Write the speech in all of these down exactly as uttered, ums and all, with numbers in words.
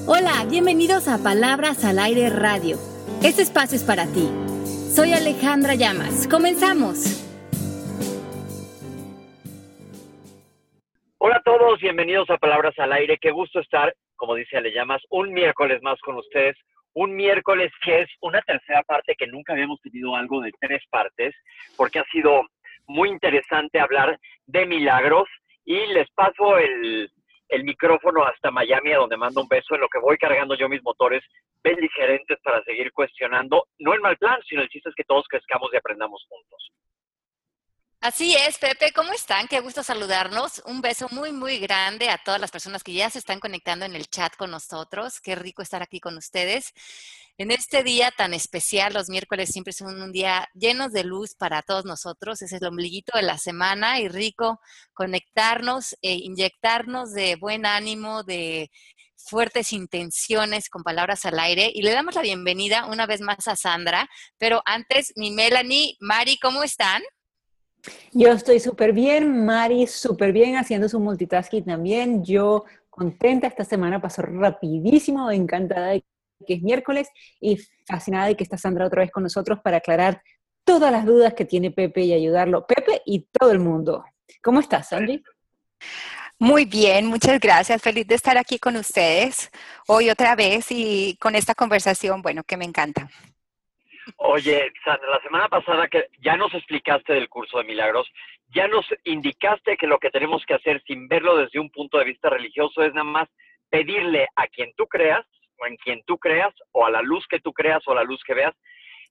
Hola, bienvenidos a Palabras al Aire Radio. Este espacio es para ti. Soy Alejandra Llamas. ¡Comenzamos! Hola a todos, bienvenidos a Palabras al Aire. Qué gusto estar, como dice Ale Llamas, un miércoles más con ustedes. Un miércoles que es una tercera parte que nunca habíamos tenido algo de tres partes, porque ha sido muy interesante hablar de milagros. Y les paso el, el micrófono hasta Miami, a donde mando un beso, en lo que voy cargando yo mis motores beligerentes para seguir cuestionando. No el mal plan, sino el chiste es que todos crezcamos y aprendamos juntos. Así es, Pepe, ¿cómo están? Qué gusto saludarnos. Un beso muy, muy grande a todas las personas que ya se están conectando en el chat con nosotros. Qué rico estar aquí con ustedes. En este día tan especial, los miércoles siempre son un día llenos de luz para todos nosotros. Es el ombliguito de la semana y rico conectarnos e inyectarnos de buen ánimo, de fuertes intenciones con Palabras al Aire. Y le damos la bienvenida una vez más a Sandra. Pero antes, mi Melanie, Mari, ¿cómo están? Yo estoy súper bien, Mari, súper bien haciendo su multitasking también. Yo contenta, esta semana pasó rapidísimo, encantada de que es miércoles y fascinada de que está Sandra otra vez con nosotros para aclarar todas las dudas que tiene Pepe y ayudarlo. Pepe y todo el mundo. ¿Cómo estás, Sandy? Muy bien, muchas gracias. Feliz de estar aquí con ustedes hoy otra vez y con esta conversación, bueno, que me encanta. Oye, Sandra, la semana pasada que ya nos explicaste del curso de milagros, ya nos indicaste que lo que tenemos que hacer sin verlo desde un punto de vista religioso es nada más pedirle a quien tú creas, o en quien tú creas, o a la luz que tú creas, o a la luz que veas,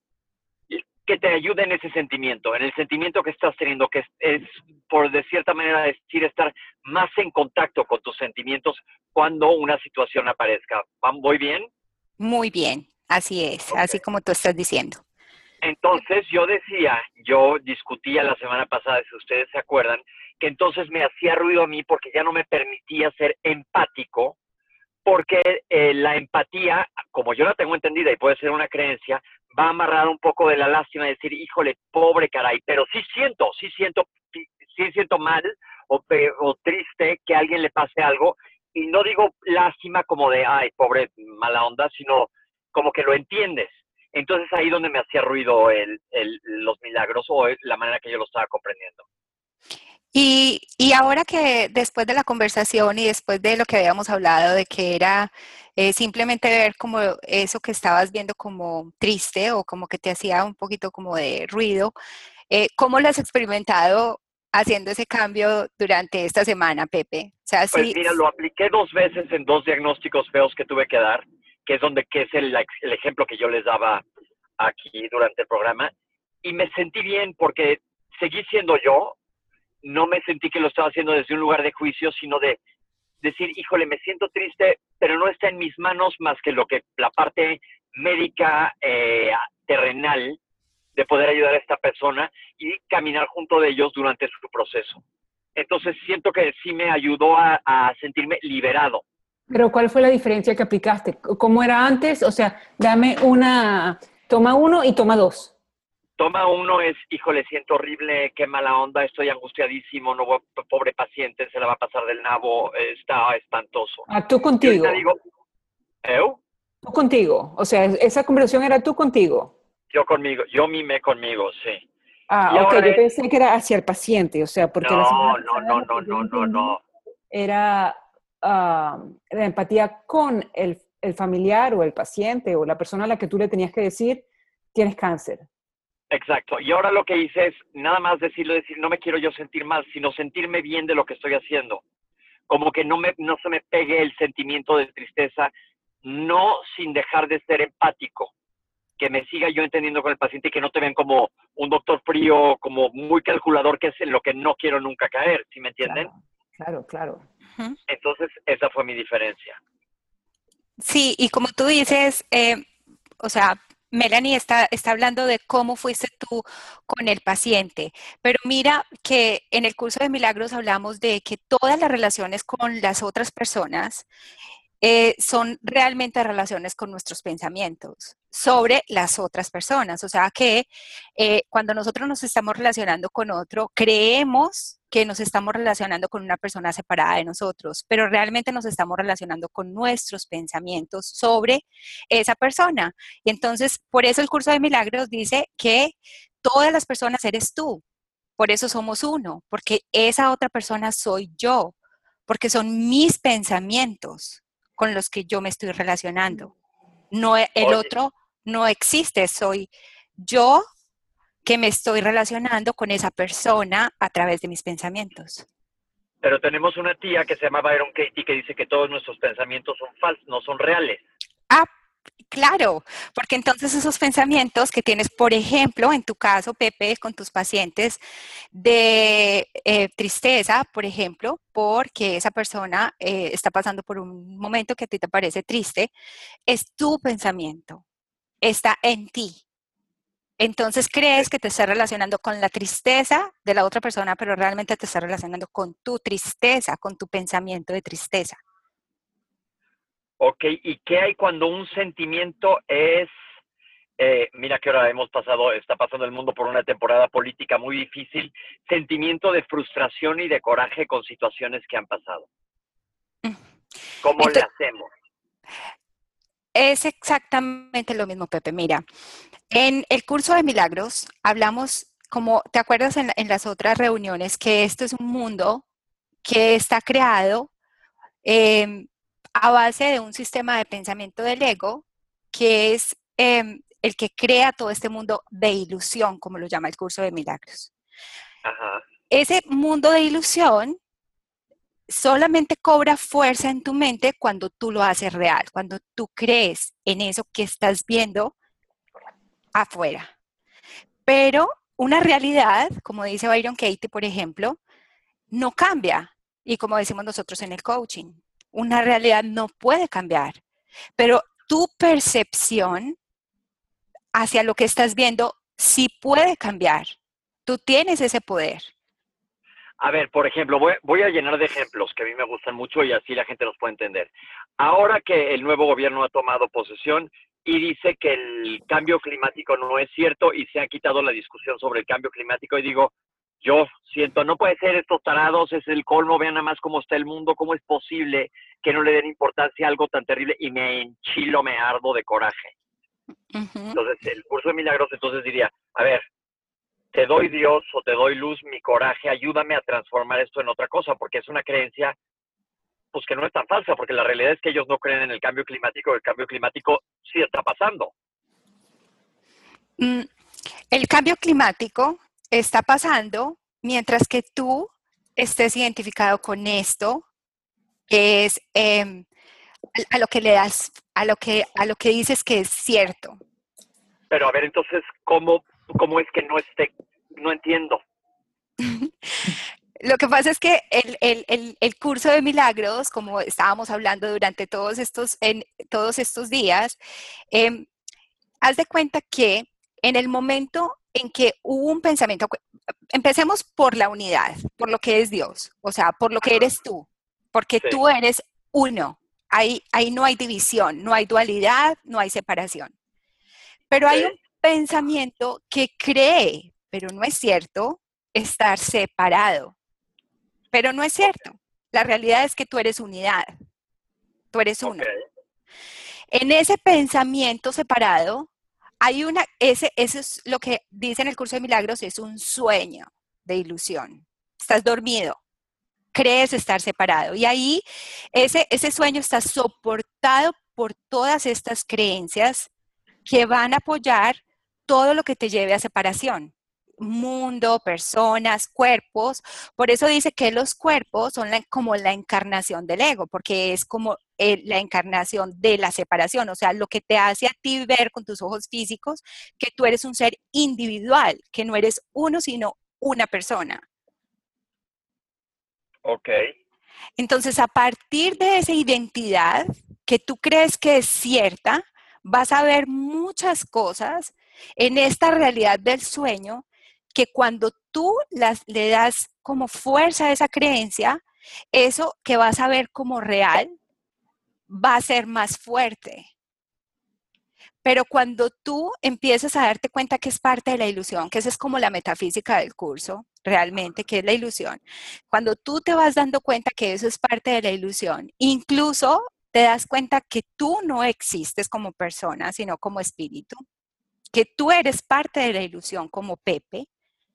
que te ayude en ese sentimiento, en el sentimiento que estás teniendo, que es, es por de cierta manera decir, estar más en contacto con tus sentimientos cuando una situación aparezca. ¿Voy bien? Muy bien. Así es, okay. Así como tú estás diciendo. Entonces yo decía, yo discutía la semana pasada, si ustedes se acuerdan, que entonces me hacía ruido a mí porque ya no me permitía ser empático, porque eh, la empatía, como yo la tengo entendida y puede ser una creencia, va amarrada un poco de la lástima, de decir, híjole, pobre caray, pero sí siento, sí siento, sí, sí siento mal o, o triste que a alguien le pase algo, y no digo lástima como de, ay, pobre mala onda, sino como que lo entiendes. Entonces ahí donde me hacía ruido el, el, los milagros o la manera que yo lo estaba comprendiendo. Y, y ahora que después de la conversación y después de lo que habíamos hablado de que era eh, simplemente ver como eso que estabas viendo como triste o como que te hacía un poquito como de ruido, eh, ¿cómo lo has experimentado haciendo ese cambio durante esta semana, Pepe? O sea, pues sí, mira, lo apliqué dos veces en dos diagnósticos feos que tuve que dar, que es donde que es el, el ejemplo que yo les daba aquí durante el programa, y me sentí bien porque seguí siendo yo, no me sentí que lo estaba haciendo desde un lugar de juicio, sino de decir, híjole, me siento triste, pero no está en mis manos más que lo que la parte médica eh, terrenal de poder ayudar a esta persona y caminar junto de ellos durante su proceso. Entonces siento que sí me ayudó a, a sentirme liberado. Pero ¿cuál fue la diferencia que aplicaste? ¿Cómo era antes? O sea, dame una, toma uno y toma dos. Toma uno es, híjole, siento horrible, qué mala onda, estoy angustiadísimo, no voy, pobre paciente, se la va a pasar del nabo, está espantoso. Ah, tú contigo. Yo te digo, ¿eu? Tú contigo. O sea, esa conversación era tú contigo. Yo conmigo, yo mimé conmigo, sí. Ah, y ok, yo es... pensé que era hacia el paciente, o sea, porque no, la semana no, no, no, no, no, no. Era uh, la empatía con el, el familiar o el paciente o la persona a la que tú le tenías que decir, tienes cáncer. Exacto. Y ahora lo que hice es nada más decirlo, decir, no me quiero yo sentir mal, sino sentirme bien de lo que estoy haciendo. Como que no, me, no se me pegue el sentimiento de tristeza, no sin dejar de ser empático. Que me siga yo entendiendo con el paciente y que no te ven como un doctor frío, como muy calculador, que es en lo que no quiero nunca caer, ¿sí me entienden? Claro, claro. claro. Entonces, esa fue mi diferencia. Sí, y como tú dices, eh, o sea, Melanie está, está hablando de cómo fuiste tú con el paciente, pero mira que en el curso de milagros hablamos de que todas las relaciones con las otras personas eh, son realmente relaciones con nuestros pensamientos sobre las otras personas. O sea que eh, cuando nosotros nos estamos relacionando con otro, creemos que nos estamos relacionando con una persona separada de nosotros, pero realmente nos estamos relacionando con nuestros pensamientos sobre esa persona. Y entonces, por eso el curso de milagros dice que todas las personas eres tú, por eso somos uno, porque esa otra persona soy yo, porque son mis pensamientos con los que yo me estoy relacionando. No, el Oye, otro no existe, soy yo que me estoy relacionando con esa persona a través de mis pensamientos. pero tenemos una tía que se llama Byron Katie que dice que todos nuestros pensamientos son falsos, no son reales. Ah, claro, porque entonces esos pensamientos que tienes, por ejemplo, en tu caso, Pepe, con tus pacientes de eh, tristeza, por ejemplo, porque esa persona eh, está pasando por un momento que a ti te parece triste, es tu pensamiento, está en ti. Entonces crees que te estás relacionando con la tristeza de la otra persona, pero realmente te estás relacionando con tu tristeza, con tu pensamiento de tristeza. Ok, ¿y qué hay cuando un sentimiento es, eh, mira que ahora hemos pasado, está pasando el mundo por una temporada política muy difícil, sentimiento de frustración y de coraje con situaciones que han pasado? ¿Cómo le Entonces, hacemos? es exactamente lo mismo, Pepe. Mira, en el curso de milagros hablamos, como te acuerdas en, en las otras reuniones, que esto es un mundo que está creado eh, a base de un sistema de pensamiento del ego, que es eh, el que crea todo este mundo de ilusión, como lo llama el curso de milagros. Ajá. Ese mundo de ilusión solamente cobra fuerza en tu mente cuando tú lo haces real, cuando tú crees en eso que estás viendo afuera. Pero una realidad, como dice Byron Katie, por ejemplo, no cambia. Y como decimos nosotros en el coaching, una realidad no puede cambiar. Pero tu percepción hacia lo que estás viendo sí puede cambiar. Tú tienes ese poder. A ver, por ejemplo, voy, voy a llenar de ejemplos que a mí me gustan mucho y así la gente los puede entender. Ahora que el nuevo gobierno ha tomado posesión y dice que el cambio climático no es cierto y se ha quitado la discusión sobre el cambio climático, y digo, yo siento, no puede ser, estos tarados, es el colmo, vean nada más cómo está el mundo, cómo es posible que no le den importancia a algo tan terrible, y me enchilo, me ardo de coraje. Uh-huh. Entonces, el curso de milagros entonces diría, a ver, te doy Dios o te doy luz, mi coraje, ayúdame a transformar esto en otra cosa, porque es una creencia pues que no es tan falsa, porque la realidad es que ellos no creen en el cambio climático, el cambio climático sí está pasando. Mm, el cambio climático está pasando mientras que tú estés identificado con esto, que es eh, a, a lo que le das, a lo que, a lo que dices que es cierto. Pero a ver, entonces, ¿cómo, cómo es que no esté? No entiendo. Lo que pasa es que el, el, el, el curso de milagros, como estábamos hablando durante todos estos, en, todos estos días, eh, haz de cuenta que en el momento en que hubo un pensamiento, empecemos por la unidad, por lo que es Dios, o sea, por lo que eres tú, porque Sí. tú eres uno. Ahí, ahí no hay división, no hay dualidad, no hay separación. Pero Okay. hay un pensamiento que cree, pero no es cierto, estar separado. Pero no es cierto. La realidad es que tú eres unidad. Tú eres uno. Okay. En ese pensamiento separado, hay una, ese, ese es lo que dice en el curso de milagros, es un sueño de ilusión. Estás dormido. Crees estar separado. Y ahí ese, ese sueño está soportado por todas estas creencias que van a apoyar todo lo que te lleve a separación. Mundo, personas, cuerpos. Por eso dice que los cuerpos son la, como la encarnación del ego, porque es como el, la encarnación de la separación, o sea, lo que te hace a ti ver con tus ojos físicos que tú eres un ser individual, que no eres uno, sino una persona. Ok. Entonces, a partir de esa identidad que tú crees que es cierta, vas a ver muchas cosas en esta realidad del sueño que cuando tú las, le das como fuerza a esa creencia, eso que vas a ver como real va a ser más fuerte. Pero cuando tú empiezas a darte cuenta que es parte de la ilusión, que esa es como la metafísica del curso, realmente, que es la ilusión, cuando tú te vas dando cuenta que eso es parte de la ilusión, incluso te das cuenta que tú no existes como persona, sino como espíritu, que tú eres parte de la ilusión como Pepe,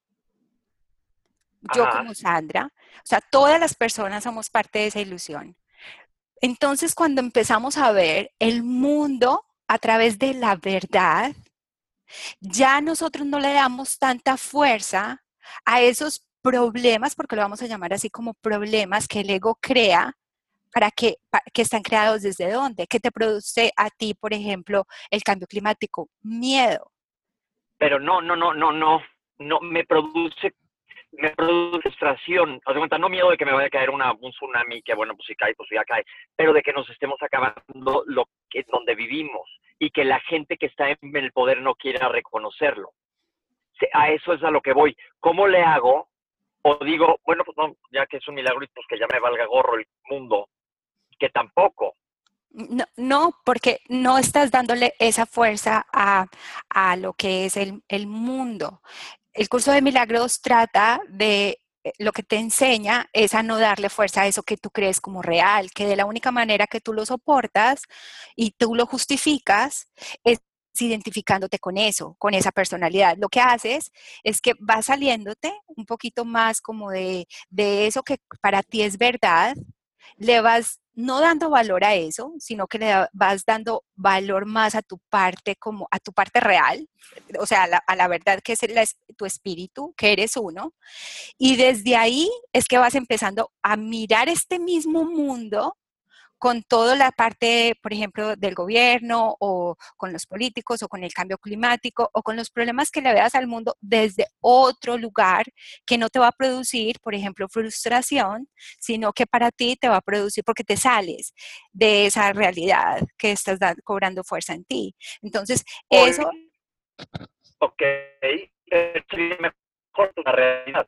yo Ajá. como Sandra, o sea, todas las personas somos parte de esa ilusión. Entonces, cuando empezamos a ver el mundo a través de la verdad, ya nosotros no le damos tanta fuerza a esos problemas, porque lo vamos a llamar así como problemas que el ego crea, para que, para, que están creados desde dónde, ¿qué te produce a ti, por ejemplo, el cambio climático? Miedo. Pero no, no, no, no, no, no, me produce, me produce frustración. Haz de cuenta, no miedo de que me vaya a caer una, un tsunami, que bueno, pues si cae, pues ya cae, pero de que nos estemos acabando lo que donde vivimos y que la gente que está en el poder no quiera reconocerlo. A eso es a lo que voy. ¿Cómo le hago? O digo, bueno, pues no, ya que es un milagro y pues que ya me valga gorro el mundo, que tampoco. No, no, porque no estás dándole esa fuerza a, a lo que es el, el mundo. El curso de milagros trata de, lo que te enseña es a no darle fuerza a eso que tú crees como real, que de la única manera que tú lo soportas y tú lo justificas es identificándote con eso, con esa personalidad. Lo que haces es que vas saliéndote un poquito más como de, de eso que para ti es verdad, le vas no dando valor a eso, sino que le vas dando valor más a tu parte, como a tu parte real, o sea, a la, a la verdad que es el, tu espíritu, que eres uno, y desde ahí es que vas empezando a mirar este mismo mundo con toda la parte, por ejemplo, del gobierno o con los políticos o con el cambio climático o con los problemas que le veas al mundo desde otro lugar que no te va a producir, por ejemplo, frustración, sino que para ti te va a producir porque te sales de esa realidad que estás da- cobrando fuerza en ti. Entonces, eso... Ok, sería mejor la realidad.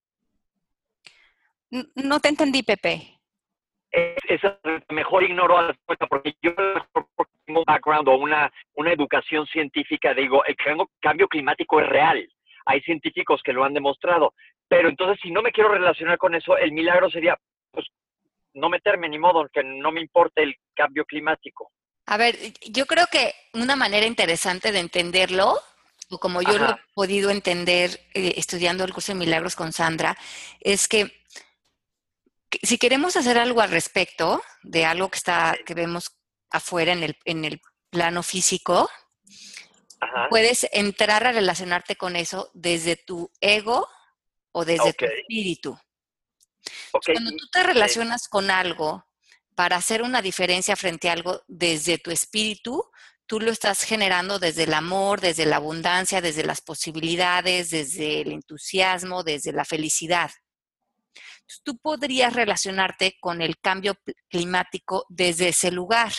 No te entendí, Pepe. Es, es, mejor ignoro a la respuesta porque yo tengo un background o una, una educación científica, digo, el cambio climático es real. Hay científicos que lo han demostrado. Pero entonces, si no me quiero relacionar con eso, el milagro sería, pues, no meterme ni modo, que no me importe el cambio climático. A ver, yo creo que una manera interesante de entenderlo, o como yo Ajá. lo he podido entender eh, estudiando el curso de milagros con Sandra, es que si queremos hacer algo al respecto de algo que está que vemos afuera en el, en el plano físico, Ajá. puedes entrar a relacionarte con eso desde tu ego o desde okay. tu espíritu. Okay. Cuando tú te relacionas con algo para hacer una diferencia frente a algo desde tu espíritu, tú lo estás generando desde el amor, desde la abundancia, desde las posibilidades, desde el entusiasmo, desde la felicidad. Entonces, tú podrías relacionarte con el cambio climático desde ese lugar.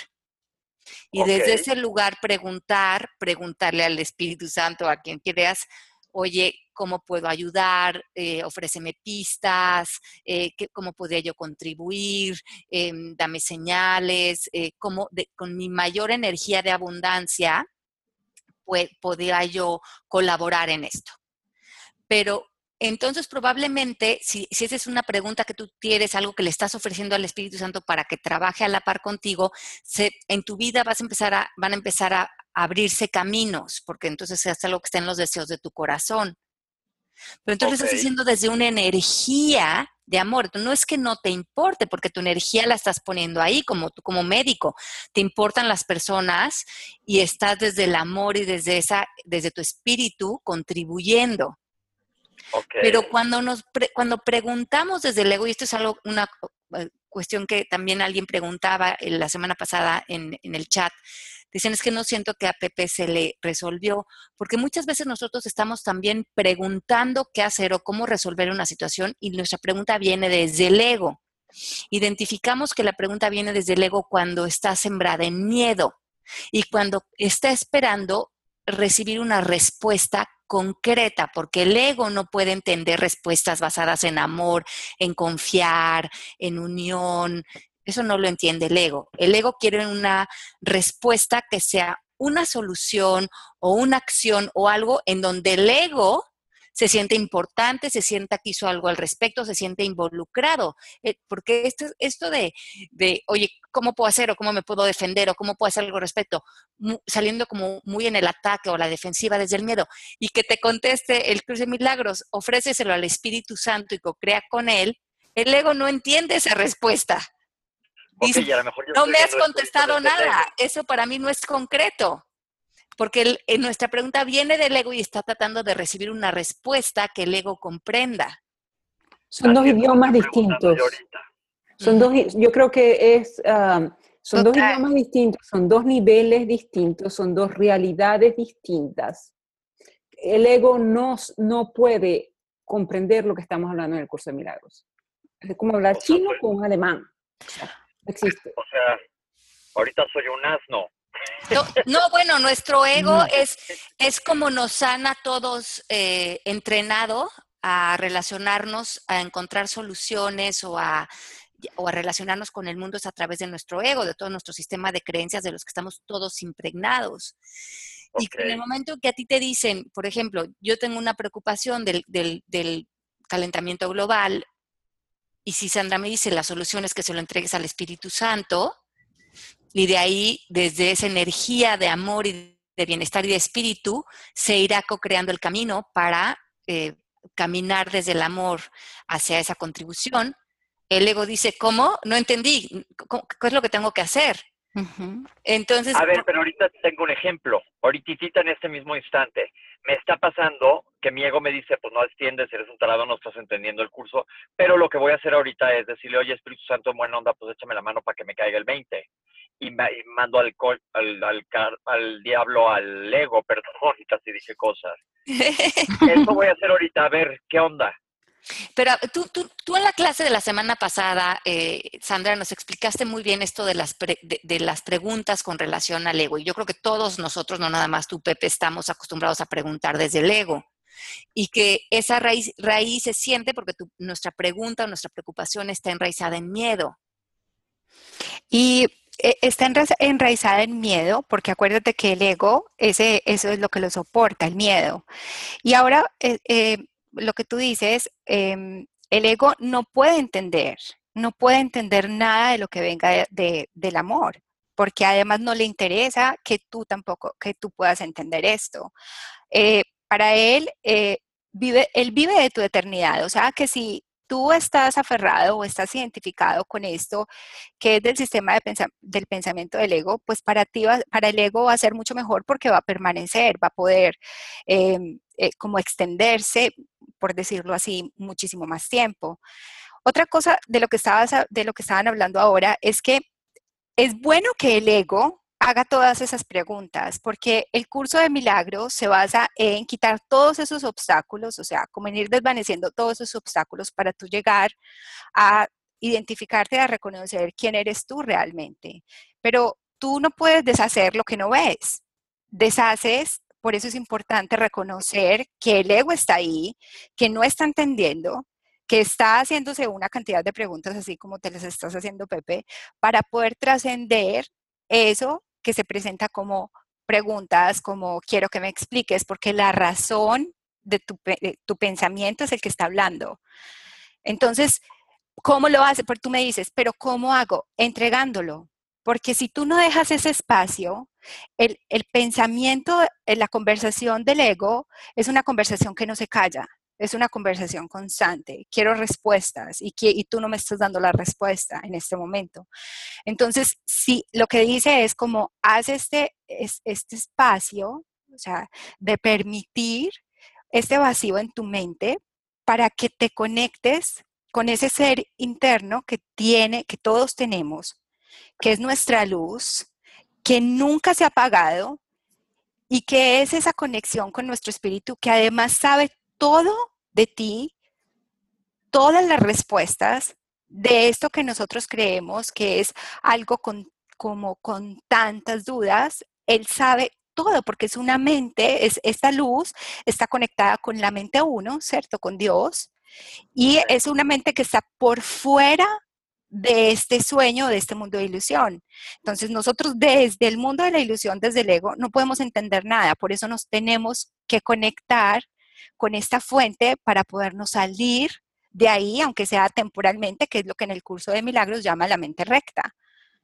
Y okay. desde ese lugar preguntar, preguntarle al Espíritu Santo, a quien creas, oye, ¿cómo puedo ayudar? Eh, ofréceme pistas, eh, ¿qué, ¿cómo podría yo contribuir? Eh, dame señales, eh, ¿cómo de, con mi mayor energía de abundancia pues, podría yo colaborar en esto? Pero entonces probablemente, si, si esa es una pregunta que tú tienes, algo que le estás ofreciendo al Espíritu Santo para que trabaje a la par contigo, se, en tu vida vas a empezar a, van a empezar a abrirse caminos, porque entonces es algo que está en los deseos de tu corazón. Pero entonces okay. lo estás haciendo desde una energía de amor. No es que no te importe, porque tu energía la estás poniendo ahí, como tú como médico. Te importan las personas y estás desde el amor y desde, esa, desde tu espíritu contribuyendo. Okay. Pero cuando nos pre, cuando preguntamos desde el ego, y esto es algo, una cuestión que también alguien preguntaba la semana pasada en, en el chat, dicen, es que no siento que a Pepe se le resolvió, porque muchas veces nosotros estamos también preguntando qué hacer o cómo resolver una situación y nuestra pregunta viene desde el ego. Identificamos que la pregunta viene desde el ego cuando está sembrada en miedo y cuando está esperando recibir una respuesta concreta, porque el ego no puede entender respuestas basadas en amor, en confiar, en unión. Eso no lo entiende el ego. El ego quiere una respuesta que sea una solución o una acción o algo en donde el ego se siente importante, se sienta que hizo algo al respecto, se siente involucrado. Eh, porque esto, esto de, de, oye, ¿cómo puedo hacer o cómo me puedo defender o cómo puedo hacer algo al respecto? Mu- saliendo como muy en el ataque o la defensiva desde el miedo. Y que te conteste el Curso de Milagros, ofréceselo al Espíritu Santo y co-crea con él. El ego no entiende esa respuesta. Ok, Dice, y a lo mejor yo no estoy me has viendo esto contestado desde el ego. nada. Eso para mí no es concreto. Porque el, en nuestra pregunta viene del ego y está tratando de recibir una respuesta que el ego comprenda. Son dos Así es como idiomas estoy preguntando yo distintos. ahorita. Son Ujú. dos, i- yo creo que es, um, son dos Total. idiomas distintos, son dos niveles distintos, son dos realidades distintas. El ego no, s- no puede comprender lo que estamos hablando en el curso de milagros. Es como hablar O sea, chino soy, con un alemán. O sea, no existe. o sea, ahorita soy un asno. No, no, bueno, nuestro ego No. es, es como nos han a todos eh, entrenado a relacionarnos, a encontrar soluciones o a, o a relacionarnos con el mundo es a través de nuestro ego, de todo nuestro sistema de creencias de los que estamos todos impregnados. Y Ok. que en el momento que a ti te dicen, por ejemplo, yo tengo una preocupación del, del, del calentamiento global, y si Sandra me dice la solución es que se lo entregues al Espíritu Santo, y de ahí, desde esa energía de amor y de bienestar y de espíritu, se irá co-creando el camino para eh, caminar desde el amor hacia esa contribución. El ego dice, ¿cómo? No entendí. ¿Cómo- ¿Qué es lo que tengo que hacer? Ujú. Entonces, A ver, pero ahorita tengo un ejemplo. Ahorita en este mismo instante. Me está pasando que mi ego me dice, pues no entiendes, eres un tarado, no estás entendiendo el curso. Pero lo que voy a hacer ahorita es decirle, oye, Espíritu Santo, en buena onda, pues échame la mano para que me caiga el veinte. Y, ma- y mando al, co- al, al, car- al diablo, al ego, perdón, casi dije cosas. Eso voy a hacer ahorita, a ver, ¿qué onda? pero tú, tú, tú en la clase de la semana pasada, eh, Sandra, nos explicaste muy bien esto de las, pre- de, de las preguntas con relación al ego. Y yo creo que todos nosotros, no nada más tú, Pepe, estamos acostumbrados a preguntar desde el ego. Y que esa raíz, raíz se siente porque tu, nuestra pregunta o nuestra preocupación está enraizada en miedo. Y eh, está enraiza- enraizada en miedo, porque acuérdate que el ego, ese, eso es lo que lo soporta, el miedo. Y ahora, eh, eh, lo que tú dices, em, el ego no puede entender, no puede entender nada de lo que venga de- de- del amor, porque además no le interesa que tú tampoco, que tú puedas entender esto. Eh, para él, eh, vive, él vive de tu eternidad, o sea que si tú estás aferrado o estás identificado con esto, que es del sistema de pensa- del pensamiento del ego, pues para ti, va- para el ego va a ser mucho mejor porque va a permanecer, va a poder eh, eh, como extenderse, por decirlo así, muchísimo más tiempo. Otra cosa de lo que estabas, a- de lo que estaban hablando ahora es que es bueno que el ego haga todas esas preguntas, porque el curso de milagros se basa en quitar todos esos obstáculos, o sea, como en ir desvaneciendo todos esos obstáculos para tú llegar a identificarte, a reconocer quién eres tú realmente. Pero tú no puedes deshacer lo que no ves. Deshaces, por eso es importante reconocer que el ego está ahí, que no está entendiendo, que está haciéndose una cantidad de preguntas, así como te las estás haciendo, Pepe, para poder trascender eso que se presenta como preguntas, como quiero que me expliques, porque la razón de tu, de tu pensamiento es el que está hablando. Entonces, ¿cómo lo hace? Porque tú me dices, pero ¿cómo hago? Entregándolo. Porque si tú no dejas ese espacio, el, el pensamiento, la conversación del ego es una conversación que no se calla, es una conversación constante. Quiero respuestas y, y tú no me estás dando la respuesta en este momento. Entonces, si lo que dice es como, haz este, este espacio, o sea, de permitir este vacío en tu mente para que te conectes con ese ser interno que tiene, que todos tenemos, que es nuestra luz, que nunca se ha apagado y que es esa conexión con nuestro espíritu que además sabe todo de ti, todas las respuestas de esto que nosotros creemos que es algo con, como con tantas dudas. Él sabe todo porque es una mente, es, esta luz está conectada con la mente uno, ¿cierto? Con Dios. Y es una mente que está por fuera de este sueño, de este mundo de ilusión. Entonces nosotros desde el mundo de la ilusión, desde el ego, no podemos entender nada, por eso nos tenemos que conectar con esta fuente para podernos salir de ahí, aunque sea temporalmente, que es lo que en el curso de milagros llama la mente recta.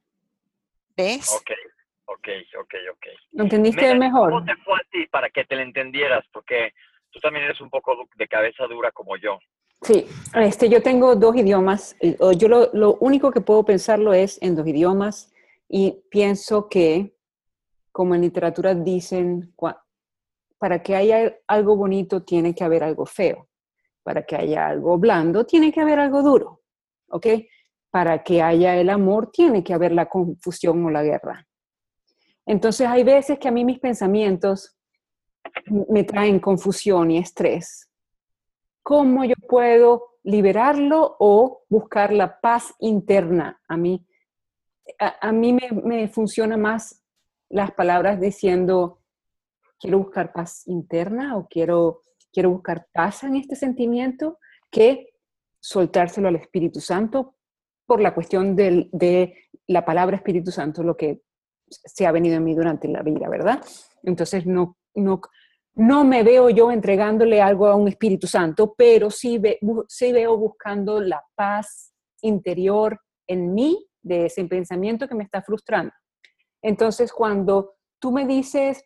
¿Ves? Ok, ok, ok, ok. ¿Lo entendiste Melanie, ¿cómo mejor? te fue a ti para que te lo entendieras? Porque tú también eres un poco de cabeza dura como yo. Sí, este, yo tengo dos idiomas. eh, o Yo lo, lo único que puedo pensarlo es en dos idiomas y pienso que, como en literatura dicen, cua- para que haya algo bonito tiene que haber algo feo. Para que haya algo blando tiene que haber algo duro. ¿Ok? Para que haya el amor tiene que haber la confusión o la guerra. Entonces hay veces que a mí mis pensamientos me traen confusión y estrés. ¿Cómo yo puedo liberarlo o buscar la paz interna? A mí, a, a mí me, me funciona más las palabras diciendo, quiero buscar paz interna o quiero, quiero buscar paz en este sentimiento, que soltárselo al Espíritu Santo por la cuestión del, de la palabra Espíritu Santo, lo que se ha venido en mí durante la vida, ¿verdad? Entonces no, no, no me veo yo entregándole algo a un Espíritu Santo, pero sí, ve, sí veo buscando la paz interior en mí de ese pensamiento que me está frustrando. Entonces, cuando tú me dices,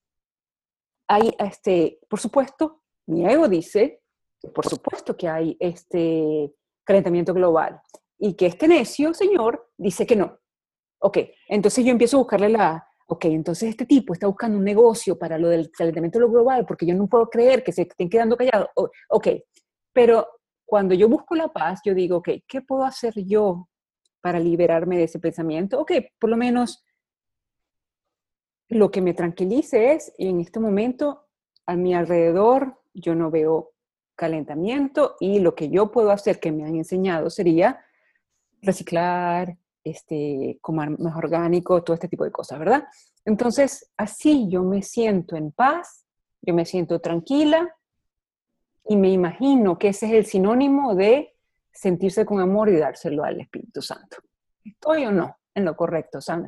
hay, este, por supuesto, mi ego dice, por supuesto que hay este calentamiento global y que este necio señor dice que no. Ok, entonces yo empiezo a buscarle la, ok, entonces este tipo está buscando un negocio para lo del calentamiento global porque yo no puedo creer que se estén quedando callados. O, ok, pero cuando yo busco la paz, yo digo, ok, ¿qué puedo hacer yo para liberarme de ese pensamiento? Ok, por lo menos lo que me tranquilice es, en este momento, a mi alrededor, yo no veo calentamiento y lo que yo puedo hacer, que me han enseñado, sería reciclar, este, comer más orgánico, todo este tipo de cosas, ¿verdad? Entonces, así yo me siento en paz, yo me siento tranquila y me imagino que ese es el sinónimo de sentirse con amor y dárselo al Espíritu Santo. ¿Estoy o no en lo correcto, Sandra?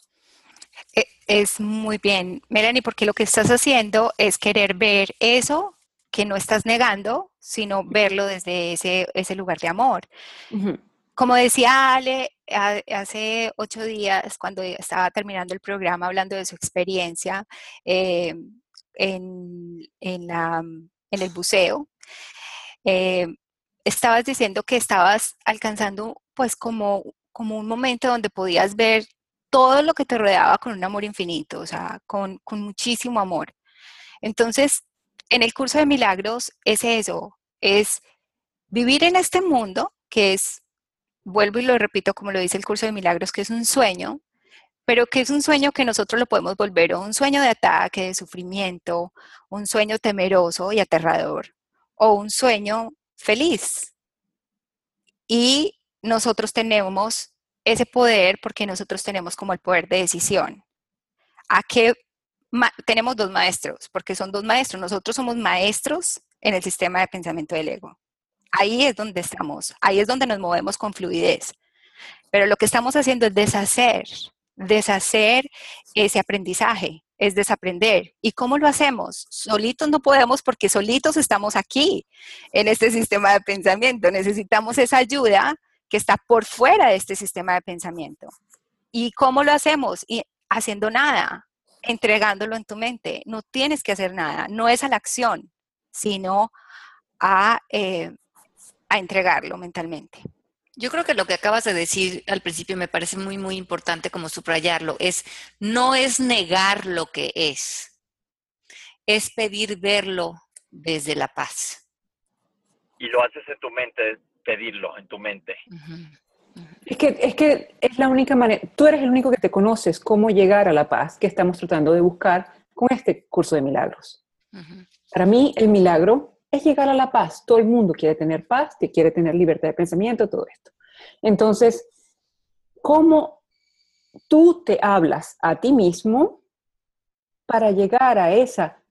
E- Es muy bien, Melanie, porque lo que estás haciendo es querer ver eso que no estás negando, sino verlo desde ese, ese lugar de amor. Uh-huh. Como decía Ale a- hace ocho días, cuando estaba terminando el programa hablando de su experiencia eh, en, en, la- en el buceo, eh, estabas diciendo que estabas alcanzando pues como, como un momento donde podías ver todo lo que te rodeaba con un amor infinito, o sea, con, con muchísimo amor. Entonces, en el curso de milagros es eso, es vivir en este mundo que es, vuelvo y lo repito como lo dice el curso de milagros, que es un sueño, pero que es un sueño que nosotros lo podemos volver o un sueño de ataque, de sufrimiento, un sueño temeroso y aterrador, o un sueño feliz. Y nosotros tenemos ese poder porque nosotros tenemos como el poder de decisión. ¿A qué ma- tenemos dos maestros? Porque son dos maestros. Nosotros somos maestros en el sistema de pensamiento del ego. Ahí es donde estamos, ahí es donde nos movemos con fluidez. Pero lo que estamos haciendo es deshacer, deshacer ese aprendizaje, es desaprender. ¿Y cómo lo hacemos? Solitos no podemos porque solitos estamos aquí, en este sistema de pensamiento. Necesitamos esa ayuda que está por fuera de este sistema de pensamiento. ¿Y cómo lo hacemos? Y haciendo nada, entregándolo en tu mente. No tienes que hacer nada, no es a la acción, sino a, eh, a entregarlo mentalmente. Yo creo que lo que acabas de decir al principio me parece muy, muy importante como subrayarlo. Es, no es negar lo que es, es pedir verlo desde la paz. Y lo haces en tu mente, pedirlo en tu mente. Uh-huh. Es que, es que es la única manera, tú eres el único que te conoces cómo llegar a la paz que estamos tratando de buscar con este curso de milagros. Uh-huh. Para mí el milagro es llegar a la paz. Todo el mundo quiere tener paz, que quiere tener libertad de pensamiento, todo esto. Entonces, ¿cómo tú te hablas a ti mismo para llegar a esa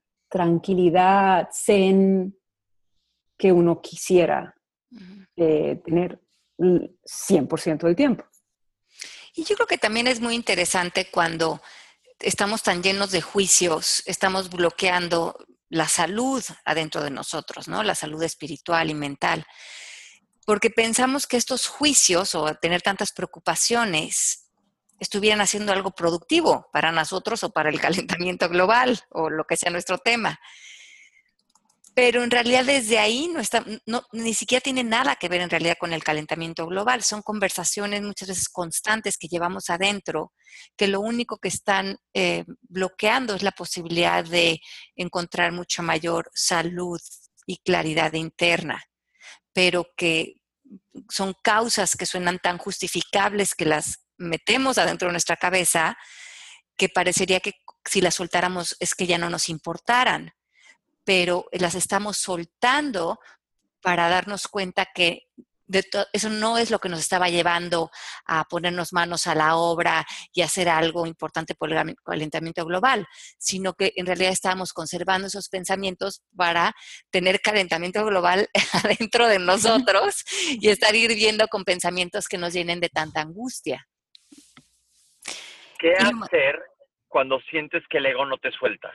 tranquilidad, zen que uno quisiera eh, tener cien por ciento del tiempo. Y yo creo que también es muy interesante cuando estamos tan llenos de juicios, estamos bloqueando la salud adentro de nosotros, ¿no? La salud espiritual y mental. Porque pensamos que estos juicios o tener tantas preocupaciones estuvieran haciendo algo productivo para nosotros o para el calentamiento global o lo que sea nuestro tema. Pero en realidad desde ahí no está, no, ni siquiera tiene nada que ver en realidad con el calentamiento global. Son conversaciones muchas veces constantes que llevamos adentro, que lo único que están eh, bloqueando es la posibilidad de encontrar mucha mayor salud y claridad interna, pero que son causas que suenan tan justificables que las metemos adentro de nuestra cabeza que parecería que si las soltáramos es que ya no nos importaran. Pero las estamos soltando para darnos cuenta que de to- eso no es lo que nos estaba llevando a ponernos manos a la obra y hacer algo importante por el calentamiento global, sino que en realidad estábamos conservando esos pensamientos para tener calentamiento global adentro de nosotros y estar hirviendo con pensamientos que nos llenen de tanta angustia. ¿Qué Y lo ma- hacer cuando sientes que el ego no te suelta?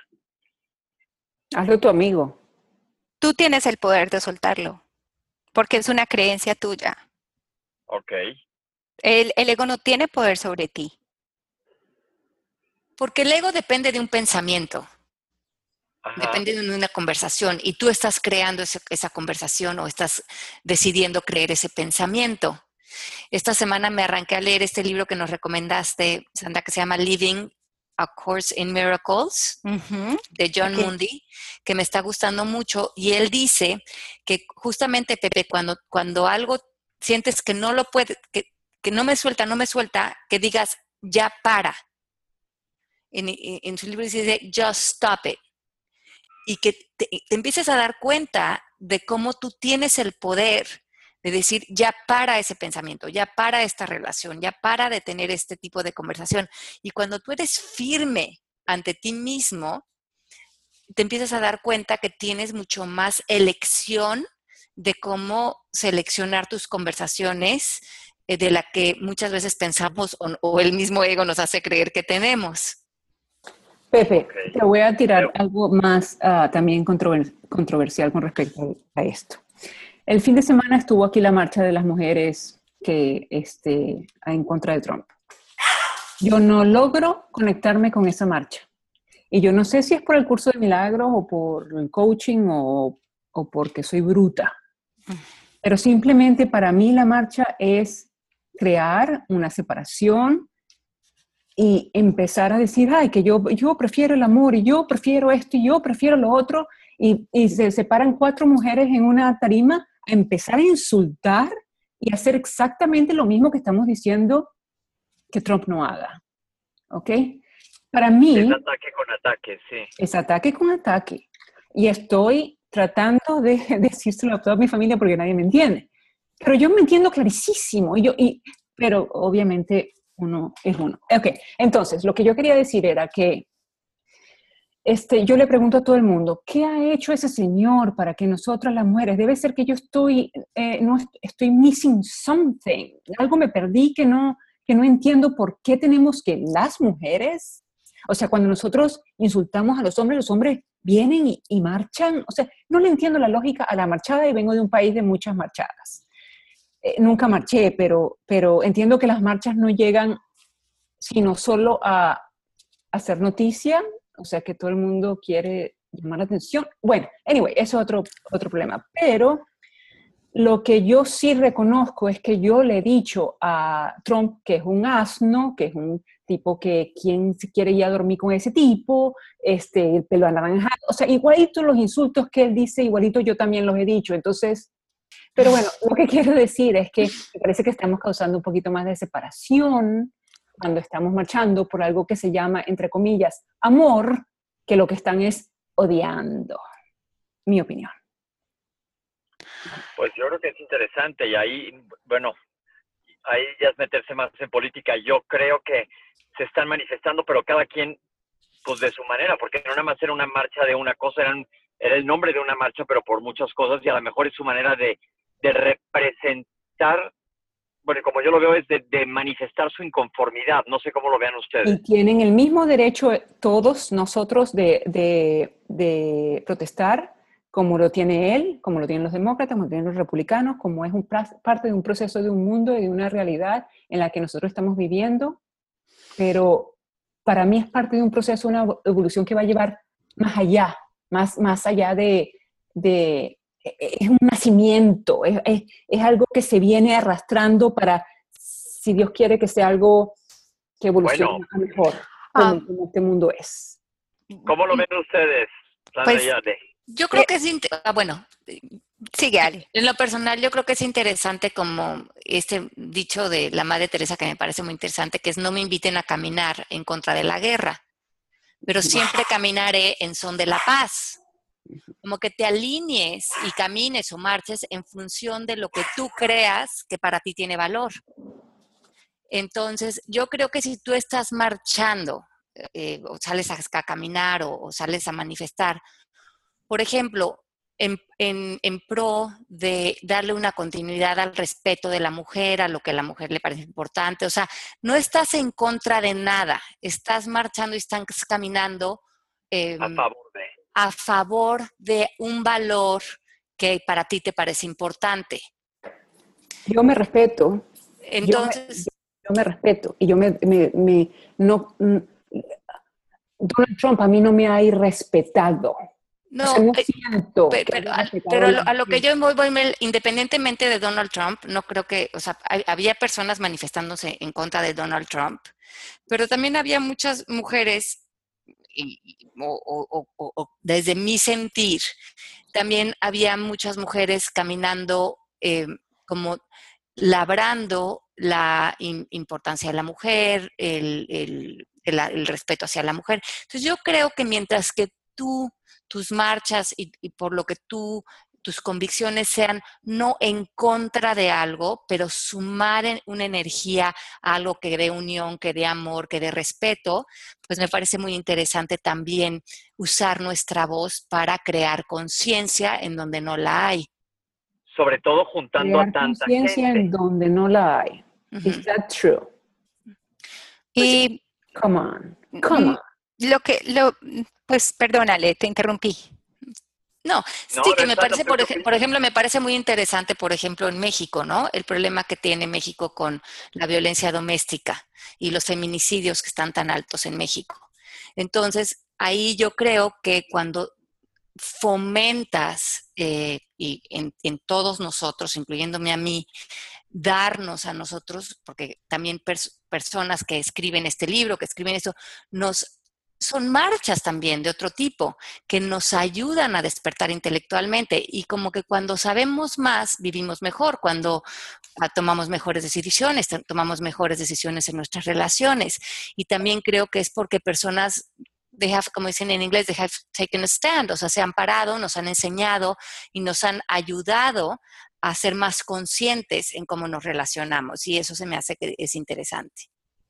Hazlo tu amigo. Tú tienes el poder de soltarlo, porque es una creencia tuya. Ok. El, el ego no tiene poder sobre ti. Porque el ego depende de un pensamiento. Ajá. Depende de una conversación y tú estás creando ese, esa conversación o estás decidiendo creer ese pensamiento. Esta semana me arranqué a leer este libro que nos recomendaste, Sandra, que se llama Living A Course in Miracles, Uh-huh. de John Okay. Mundy, que me está gustando mucho. Y él dice que justamente, Pepe, cuando, cuando algo sientes que no lo puede, que, que no me suelta, no me suelta, que digas, ya para. En, en su libro dice, just stop it. Y que te, te empieces a dar cuenta de cómo tú tienes el poder de decir, ya para ese pensamiento, ya para esta relación, ya para de tener este tipo de conversación. Y cuando tú eres firme ante ti mismo, te empiezas a dar cuenta que tienes mucho más elección de cómo seleccionar tus conversaciones eh, de la que muchas veces pensamos o, o el mismo ego nos hace creer que tenemos. Pepe, Ok. te voy a tirar Pero- algo más ah, también controver- controversial con respecto a esto. El fin de semana estuvo aquí la marcha de las mujeres que, este, en contra de Trump. Yo no logro conectarme con esa marcha. Y yo no sé si es por el curso de milagros o por el coaching o, o porque soy bruta. Pero simplemente para mí la marcha es crear una separación y empezar a decir, ay, que yo, yo prefiero el amor y yo prefiero esto y yo prefiero lo otro. Y, y se separan cuatro mujeres en una tarima a empezar a insultar y hacer exactamente lo mismo que estamos diciendo que Trump no haga. ¿Ok? Para mí Es ataque con ataque, sí. es ataque con ataque. Y estoy tratando de decírselo a toda mi familia porque nadie me entiende. Pero yo me entiendo clarísimo. Y yo, y, pero obviamente uno es uno. Ok, entonces lo que yo quería decir era que este, yo le pregunto a todo el mundo, ¿qué ha hecho ese señor para que nosotras las mujeres? Debe ser que yo estoy, eh, no, estoy missing something. Algo me perdí que no, que no entiendo por qué tenemos que las mujeres, o sea, cuando nosotros insultamos a los hombres, los hombres vienen y, y marchan. O sea, no le entiendo la lógica a la marchada y vengo de un país de muchas marchadas. Eh, nunca marché, pero, pero entiendo que las marchas no llegan sino solo a hacer noticia, o sea, que todo el mundo quiere llamar la atención. Bueno, anyway, eso es otro, otro problema. Pero lo que yo sí reconozco es que yo le he dicho a Trump que es un asno, que es un tipo que quién se quiere ir a dormir con ese tipo, este, el pelo anaranjado, o sea, igualito los insultos que él dice, igualito yo también los he dicho. Entonces, pero bueno, lo que quiero decir es que me parece que estamos causando un poquito más de separación cuando estamos marchando por algo que se llama, entre comillas, amor, que lo que están es odiando. Mi opinión. Pues yo creo que es interesante y ahí, bueno, ahí ya es meterse más en política. Yo creo que se están manifestando, pero cada quien, pues de su manera, porque no nada más era una marcha de una cosa, eran, era el nombre de una marcha, pero por muchas cosas, y a lo mejor es su manera de, de representar bueno, como yo lo veo, es de, de manifestar su inconformidad. No sé cómo lo vean ustedes. Y tienen el mismo derecho todos nosotros de, de, de protestar, como lo tiene él, como lo tienen los demócratas, como lo tienen los republicanos, como es un, parte de un proceso de un mundo y de una realidad en la que nosotros estamos viviendo. Pero para mí es parte de un proceso, una evolución que va a llevar más allá, más, más allá de, de... Es un nacimiento, es, es, es algo que se viene arrastrando para, si Dios quiere, que sea algo que evolucione Bueno, a mejor, como, um, como este mundo es. ¿Cómo lo ven ustedes, Sandra Pues, y Ale? Yo creo que es, inter- ah, bueno, sigue, Ale. en lo personal yo creo que es interesante como este dicho de la Madre Teresa que me parece muy interesante, que es no me inviten a caminar en contra de la guerra, pero siempre caminaré en son de la paz. Como que te alinees y camines o marches en función de lo que tú creas que para ti tiene valor. Entonces, yo creo que si tú estás marchando, eh, o sales a, a caminar o, o sales a manifestar, por ejemplo, en, en, en pro de darle una continuidad al respeto de la mujer, a lo que a la mujer le parece importante, o sea, no estás en contra de nada, estás marchando y estás caminando eh, A favor de... a favor de un valor que para ti te parece importante. Yo me respeto, yo me, Entonces, yo me respeto, y yo me, me, me no, mm, Donald Trump a mí no me ha irrespetado. O sea, no, no eh, siento pe- que pero, haya al- respetado pero a la lo, a lo que mujer. yo voy, voy, me- independientemente de Donald Trump, no creo que, o sea, hay- había personas manifestándose en contra de Donald Trump, pero también había muchas mujeres, y- y- o, o- o- o desde mi sentir, también había muchas mujeres caminando eh, como labrando la in- importancia de la mujer, el, el- el- el respeto hacia la mujer. Entonces yo creo que mientras que tú, tus marchas y, y por lo que tú, tus convicciones sean no en contra de algo, pero sumar en una energía a algo que dé unión, que dé amor, que dé respeto, pues me parece muy interesante también usar nuestra voz para crear conciencia en donde no la hay. Sobre todo juntando a Crear tanta conciencia en gente. donde no la hay. Is Ujú. that true? Pues yo- Y Come on, come mm, on. lo que, lo, pues, perdónale, te interrumpí. No, No, sí, no que me está, no parece, te por, ej- preocupes. por ejemplo, me parece muy interesante, por ejemplo, en México, ¿no? El problema que tiene México con la violencia doméstica y los feminicidios que están tan altos en México. Entonces, ahí yo creo que cuando fomentas, eh, y en, en todos nosotros, incluyéndome a mí, darnos a nosotros, porque también pers- personas que escriben este libro, que escriben esto, nos son marchas también de otro tipo, que nos ayudan a despertar intelectualmente y como que cuando sabemos más, vivimos mejor, cuando ah, tomamos mejores decisiones, to- tomamos mejores decisiones en nuestras relaciones. Y también creo que es porque personas, they have, como dicen en inglés, they have taken a stand, o sea, se han parado, nos han enseñado y nos han ayudado a ser más conscientes en cómo nos relacionamos y eso se me hace que es interesante.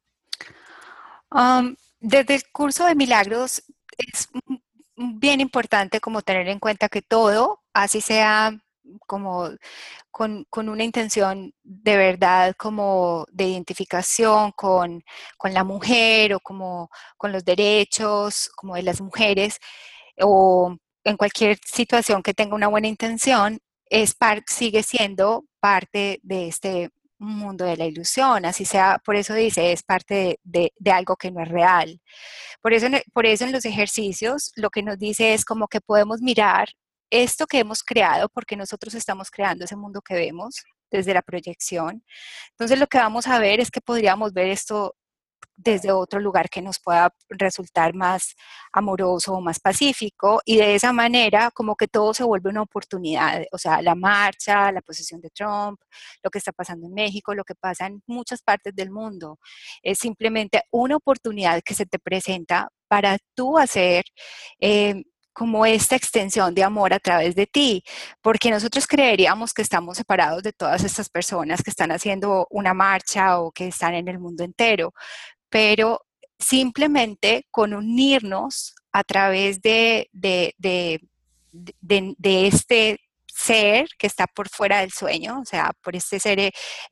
Um, desde el curso de milagros es m- bien importante como tener en cuenta que todo, así sea como con, con una intención de verdad como de identificación con, con la mujer o como con los derechos como de las mujeres o en cualquier situación que tenga una buena intención, es par- sigue siendo parte de este mundo de la ilusión, así sea, por eso dice, es parte de, de- de algo que no es real. Por eso, en el- por eso en los ejercicios lo que nos dice es como que podemos mirar esto que hemos creado, porque nosotros estamos creando ese mundo que vemos desde la proyección. Entonces lo que vamos a ver es que podríamos ver esto desde otro lugar que nos pueda resultar más amoroso o más pacífico y de esa manera como que todo se vuelve una oportunidad, o sea, la marcha, la posición de Trump, lo que está pasando en México, lo que pasa en muchas partes del mundo, es simplemente una oportunidad que se te presenta para tú hacer eh, como esta extensión de amor a través de ti, porque nosotros creeríamos que estamos separados de todas estas personas que están haciendo una marcha o que están en el mundo entero, pero simplemente con unirnos a través de, de, de, de, de este ser que está por fuera del sueño, o sea, por este ser eh,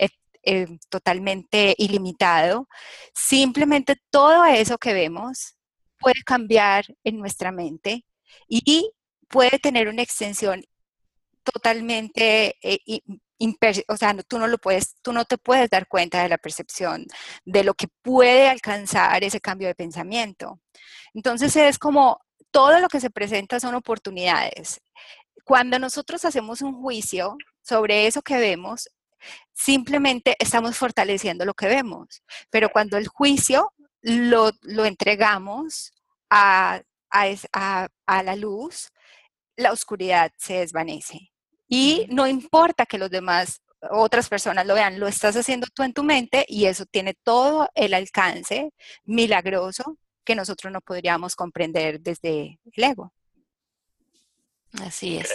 eh, totalmente ilimitado, simplemente todo eso que vemos puede cambiar en nuestra mente y puede tener una extensión totalmente, eh, imper, o sea, no, tú no lo puedes, tú no te puedes dar cuenta de la percepción de lo que puede alcanzar ese cambio de pensamiento. Entonces es como todo lo que se presenta son oportunidades. Cuando nosotros hacemos un juicio sobre eso que vemos, simplemente estamos fortaleciendo lo que vemos. Pero cuando el juicio lo, lo entregamos a, a, a, a la luz, la oscuridad se desvanece. Y no importa que los demás, otras personas lo vean, lo estás haciendo tú en tu mente y eso tiene todo el alcance milagroso que nosotros no podríamos comprender desde el ego. Así es.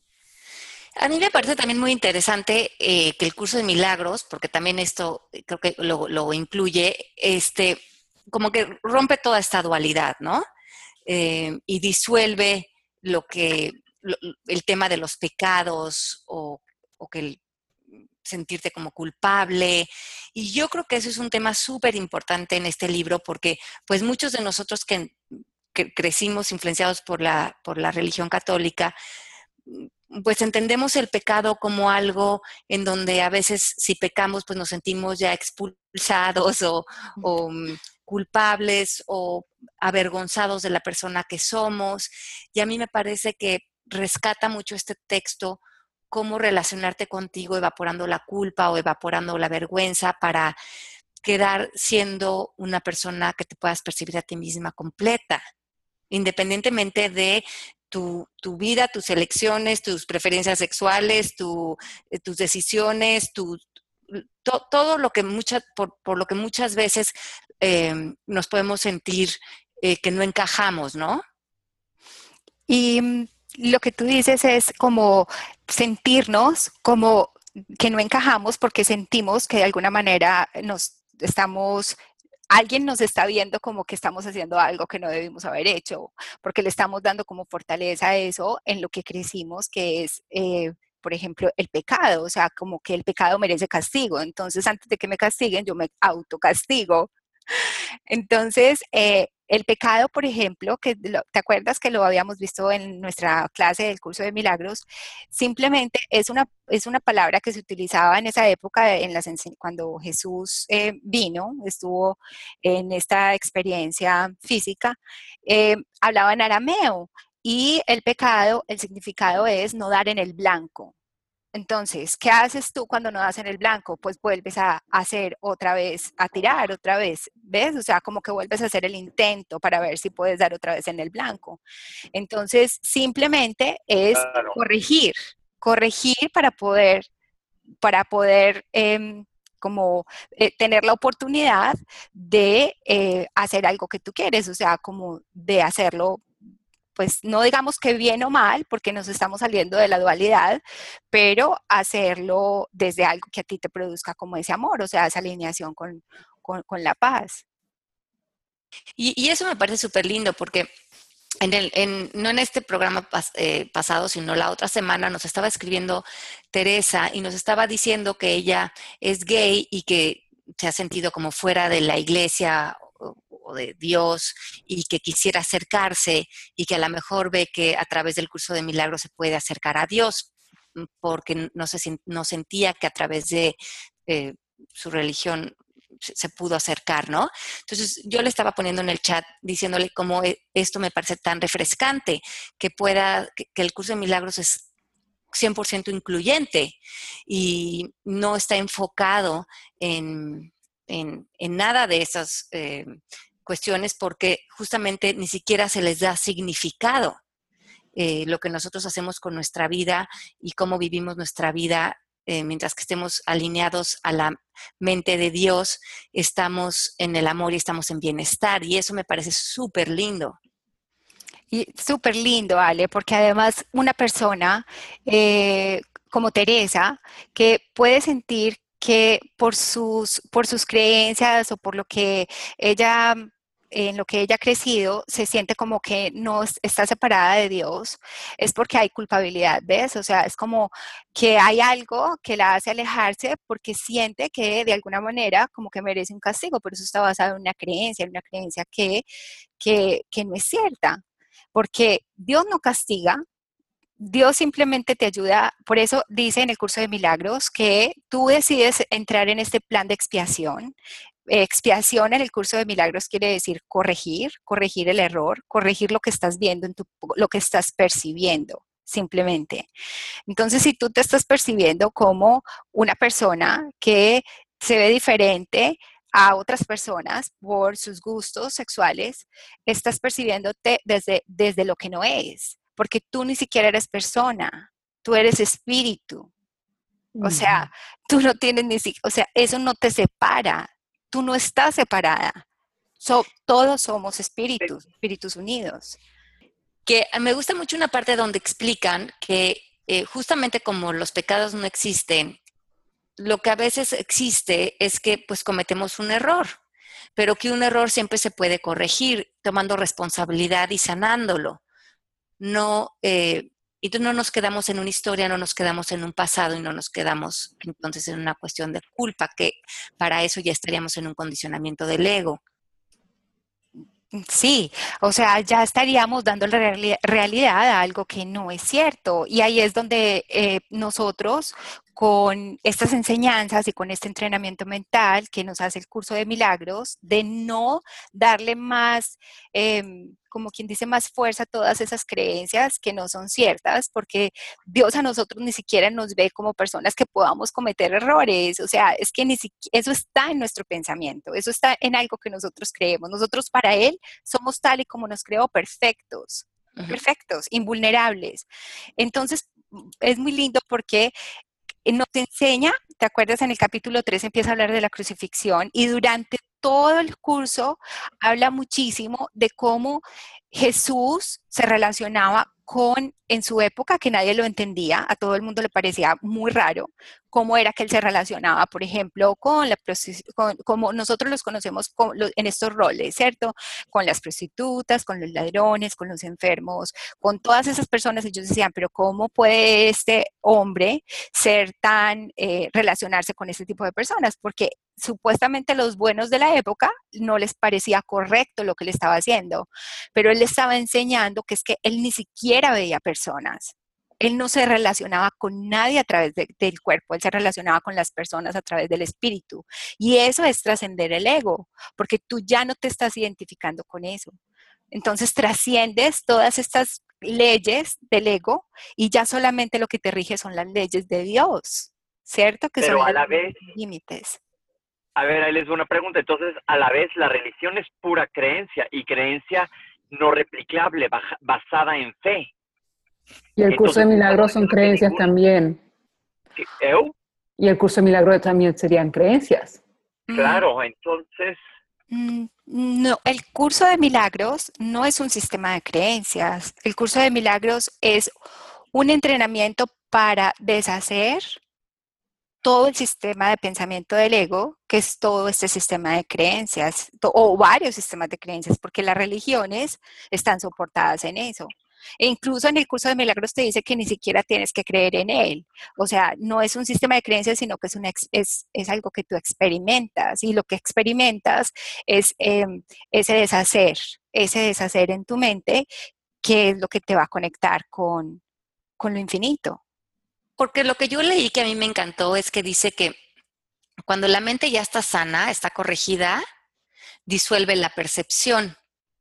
A mí me parece también muy interesante eh, que el curso de milagros, porque también esto eh, creo que lo, lo incluye, este, como que rompe toda esta dualidad, ¿no? Eh, y disuelve lo que, lo, el tema de los pecados o, o que el, sentirte como culpable. Y yo creo que eso es un tema súper importante en este libro porque pues muchos de nosotros que, que crecimos influenciados por la, por la religión católica, pues entendemos el pecado como algo en donde a veces si pecamos pues nos sentimos ya expulsados o, o um, culpables o avergonzados de la persona que somos. Y a mí me parece que rescata mucho este texto cómo relacionarte contigo evaporando la culpa o evaporando la vergüenza para quedar siendo una persona que te puedas percibir a ti misma completa, independientemente de tu, tu vida, tus elecciones, tus preferencias sexuales, tu, eh, tus decisiones, tu, to, todo lo que muchas, por, por lo que muchas veces eh, nos podemos sentir eh, que no encajamos, ¿no? Y lo que tú dices es como sentirnos como que no encajamos porque sentimos que de alguna manera nos estamos, alguien nos está viendo como que estamos haciendo algo que no debimos haber hecho, porque le estamos dando como fortaleza a eso en lo que crecimos, que es, eh, por ejemplo, el pecado, o sea, como que el pecado merece castigo. Entonces, antes de que me castiguen, yo me autocastigo. Entonces, eh, el pecado, por ejemplo, que lo, ¿te acuerdas que lo habíamos visto en nuestra clase del curso de milagros? Simplemente es una, es una palabra que se utilizaba en esa época, en las, cuando Jesús eh, vino, estuvo en esta experiencia física, eh, hablaba en arameo y el pecado, el significado es no dar en el blanco. Entonces, ¿qué haces tú cuando no das en el blanco? Pues vuelves a hacer otra vez, a tirar otra vez, ¿ves? O sea, como que vuelves a hacer el intento para ver si puedes dar otra vez en el blanco. Entonces, simplemente es Claro. corregir, corregir para poder, para poder eh, como eh, tener la oportunidad de eh, hacer algo que tú quieres, o sea, como de hacerlo, pues no digamos que bien o mal, porque nos estamos saliendo de la dualidad, pero hacerlo desde algo que a ti te produzca como ese amor, o sea, esa alineación con, con, con la paz. Y, y eso me parece súper lindo porque en el, en, no en este programa pas, eh, pasado, sino la otra semana nos estaba escribiendo Teresa y nos estaba diciendo que ella es gay y que se ha sentido como fuera de la iglesia o de Dios y que quisiera acercarse y que a lo mejor ve que a través del curso de milagros se puede acercar a Dios porque no, se, no sentía que a través de eh, su religión se, se pudo acercar, ¿no? Entonces yo le estaba poniendo en el chat diciéndole cómo esto me parece tan refrescante que pueda, que, que el curso de milagros es cien por ciento incluyente y no está enfocado en, en, en nada de esas eh, cuestiones porque justamente ni siquiera se les da significado. Eh, lo que nosotros hacemos con nuestra vida y cómo vivimos nuestra vida, eh, mientras que estemos alineados a la mente de Dios, estamos en el amor y estamos en bienestar. Y eso me parece súper lindo. Y súper lindo, Ale, porque además una persona eh, como Teresa, que puede sentir que por sus, por sus creencias o por lo que ella en lo que ella ha crecido, se siente como que no es- está separada de Dios, es porque hay culpabilidad, ¿ves? O sea, es como que hay algo que la hace alejarse porque siente que de alguna manera como que merece un castigo, pero eso está basado en una creencia, en una creencia que, que, que no es cierta, porque Dios no castiga. Dios simplemente te ayuda, por eso dice en el curso de milagros que tú decides entrar en este plan de expiación. Expiación en el curso de milagros quiere decir corregir, corregir el error, corregir lo que estás viendo, en tu, lo que estás percibiendo, simplemente. Entonces, si tú te estás percibiendo como una persona que se ve diferente a otras personas por sus gustos sexuales, estás percibiéndote desde, desde lo que no es, porque tú ni siquiera eres persona, tú eres espíritu. O sea, tú no tienes ni siquiera, o sea, eso no te separa, tú no estás separada. So, todos somos espíritus, espíritus unidos. Que me gusta mucho una parte donde explican que eh, justamente como los pecados no existen, lo que a veces existe es que pues cometemos un error, pero que un error siempre se puede corregir tomando responsabilidad y sanándolo. No, eh, y entonces no nos quedamos en una historia, no nos quedamos en un pasado y no nos quedamos entonces en una cuestión de culpa, que para eso ya estaríamos en un condicionamiento del ego. Sí, o sea, ya estaríamos dando reali- realidad a algo que no es cierto. Y ahí es donde eh, nosotros, con estas enseñanzas y con este entrenamiento mental que nos hace el curso de milagros, de no darle más, em, como quien dice, más fuerza a todas esas creencias que no son ciertas, porque Dios a nosotros ni siquiera nos ve como personas que podamos cometer errores. O sea, es que ni siquiera, eso está en nuestro pensamiento, eso está en algo que nosotros creemos. Nosotros para Él somos tal y como nos creó, perfectos, Ujú. perfectos, invulnerables. Entonces, es muy lindo porque nos enseña, ¿te acuerdas? En el capítulo tres empieza a hablar de la crucifixión y durante todo el curso habla muchísimo de cómo Jesús se relacionaba con, en su época, que nadie lo entendía, a todo el mundo le parecía muy raro, cómo era que él se relacionaba, por ejemplo, con la con, como nosotros los conocemos con, lo, en estos roles, ¿cierto? Con las prostitutas, con los ladrones, con los enfermos, con todas esas personas. Ellos decían, pero ¿cómo puede este hombre ser tan, eh, relacionarse con ese tipo de personas? Porque supuestamente los buenos de la época no les parecía correcto lo que le estaba haciendo, pero él le estaba enseñando que es que él ni siquiera veía personas. Él no se relacionaba con nadie a través de, del cuerpo, él se relacionaba con las personas a través del espíritu. Y eso es trascender el ego, porque tú ya no te estás identificando con eso. Entonces trasciendes todas estas leyes del ego y ya solamente lo que te rige son las leyes de Dios, ¿cierto? Que son Pero a las la vez, límites. a ver, ahí les doy una pregunta. Entonces, a la vez, la religión es pura creencia y creencia no replicable, baja- basada en fe. Y el curso de Entonces, tú estás milagros son diciendo que creencias ningún... también. que- ¿Eu? Y el curso de milagros también serían creencias. Mm, Claro, entonces, mm, no, el curso de milagros no es un sistema de creencias. El curso de milagros es un entrenamiento para deshacer todo el sistema de pensamiento del ego, que es todo este sistema de creencias, o varios sistemas de creencias, porque las religiones están soportadas en eso. E incluso en el curso de milagros te dice que ni siquiera tienes que creer en él. O sea, no es un sistema de creencias, sino que es, una, es, es algo que tú experimentas. Y lo que experimentas es eh, ese deshacer, ese deshacer en tu mente, que es lo que te va a conectar con, con lo infinito. Porque lo que yo leí que a mí me encantó es que dice que cuando la mente ya está sana, está corregida, disuelve la percepción,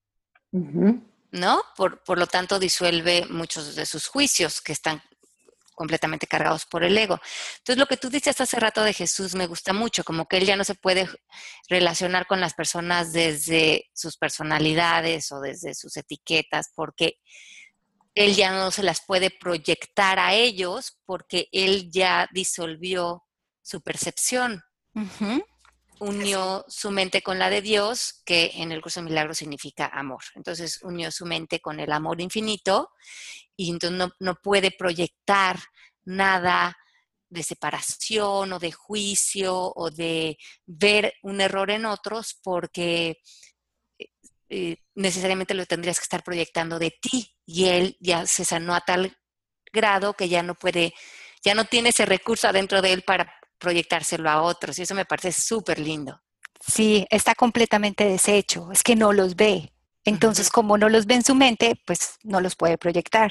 Ujú. ¿no? Por, por lo tanto, disuelve muchos de sus juicios que están completamente cargados por el ego. Entonces, lo que tú dices hace rato de Jesús me gusta mucho, como que él ya no se puede relacionar con las personas desde sus personalidades o desde sus etiquetas, porque él ya no se las puede proyectar a ellos, porque él ya disolvió su percepción. Uh-huh. Unió su mente con la de Dios, que en el curso de milagros significa amor. Entonces unió su mente con el amor infinito y entonces no, no puede proyectar nada de separación o de juicio o de ver un error en otros porque eh, necesariamente lo tendrías que estar proyectando de ti, y él ya se sanó a tal grado que ya no puede, ya no tiene ese recurso adentro de él para proyectárselo a otros, y eso me parece súper lindo. Sí, está completamente deshecho, es que no los ve. Entonces, Ujú. como no los ve en su mente, pues no los puede proyectar.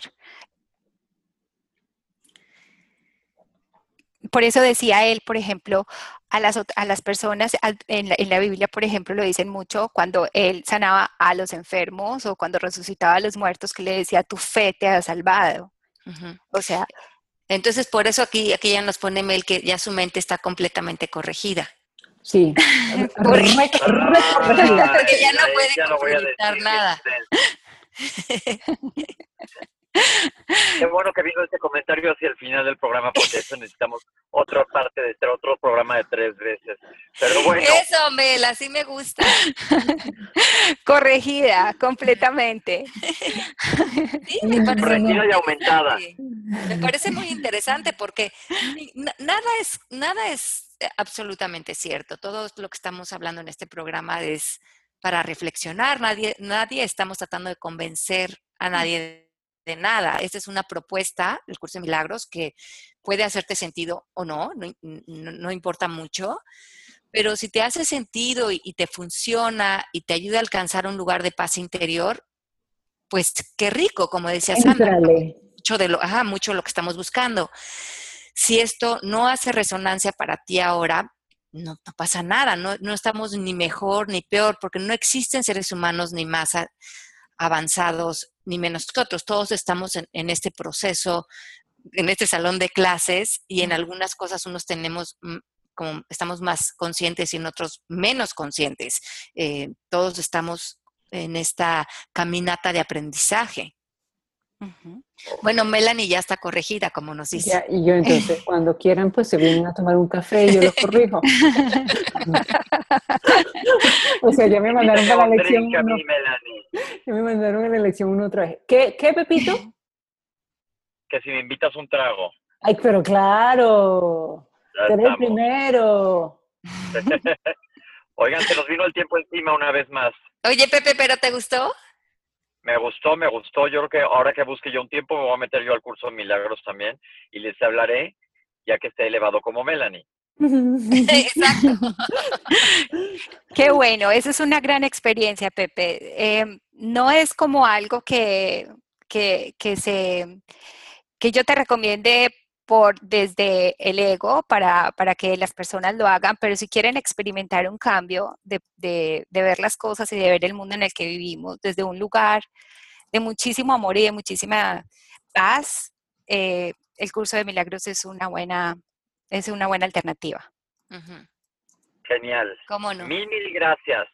Por eso decía él, por ejemplo, a las, ot- a las personas, al- en la, en la Biblia, por ejemplo, lo dicen mucho, cuando él sanaba a los enfermos o cuando resucitaba a los muertos, que le decía, tu fe te ha salvado. Ujú. O sea, Entonces, por eso aquí, aquí ya nos pone Mel que ya su mente está completamente corregida. Sí, Porque, re, recorregida. porque ya Ay, no ahí puede ya lo voy a proyectar decir bien nada. intenso. Qué bueno que vino este comentario hacia el final del programa, porque eso necesitamos otra parte de este otro programa de tres veces. Pero bueno. Eso, Mel, así me gusta. corregida completamente. Sí, me parece muy Corregida y aumentada. interesante. Me parece muy interesante porque ni- na- nada es, nada es eh, absolutamente cierto. Todo lo que estamos hablando en este programa es para reflexionar. Nadie, nadie estamos tratando de convencer a nadie de, de nada. Esta es una propuesta, el curso de milagros, que puede hacerte sentido o no, no, no- no importa mucho. Pero si te hace sentido y, y te funciona y te ayuda a alcanzar un lugar de paz interior, pues qué rico, como decía Sandra, Entrale. mucho de lo, ajá, mucho lo que estamos buscando. Si esto no hace resonancia para ti ahora, no, no pasa nada, no, no estamos ni mejor ni peor, porque no existen seres humanos ni más a- avanzados ni menos que otros. Todos estamos en, en este proceso, en este salón de clases, y en algunas cosas unos tenemos, mm, como estamos más conscientes y en otros menos conscientes. Eh, todos estamos en esta caminata de aprendizaje. Ujú. Bueno, Melanie ya está corregida, como nos dice. Ya, y yo entonces, cuando quieran, pues se vienen a tomar un café y yo los corrijo. O sea, ya me mandaron Invítame a para la un lección drink a uno, mí, Melanie. ya me mandaron a la lección uno otra vez. ¿Qué, qué, Pepito? Que si me invitas un trago. Ay, pero claro, Ya tú eres el estamos. primero. Oigan, se nos vino el tiempo encima una vez más. Oye, Pepe, ¿pero te gustó? Me gustó, me gustó. Yo creo que ahora que busque yo un tiempo me voy a meter yo al curso de milagros también y les hablaré, ya que esté elevado como Melanie. Exacto. Qué bueno, esa es una gran experiencia, Pepe. Eh, no es como algo que, que, que, se, que yo te recomiende por, desde el ego para, para que las personas lo hagan, pero si quieren experimentar un cambio de, de, de ver las cosas y de ver el mundo en el que vivimos desde un lugar de muchísimo amor y de muchísima paz, eh, el curso de milagros es una buena, es una buena alternativa. Ujú. Genial. ¿Cómo no? Mil, mil gracias.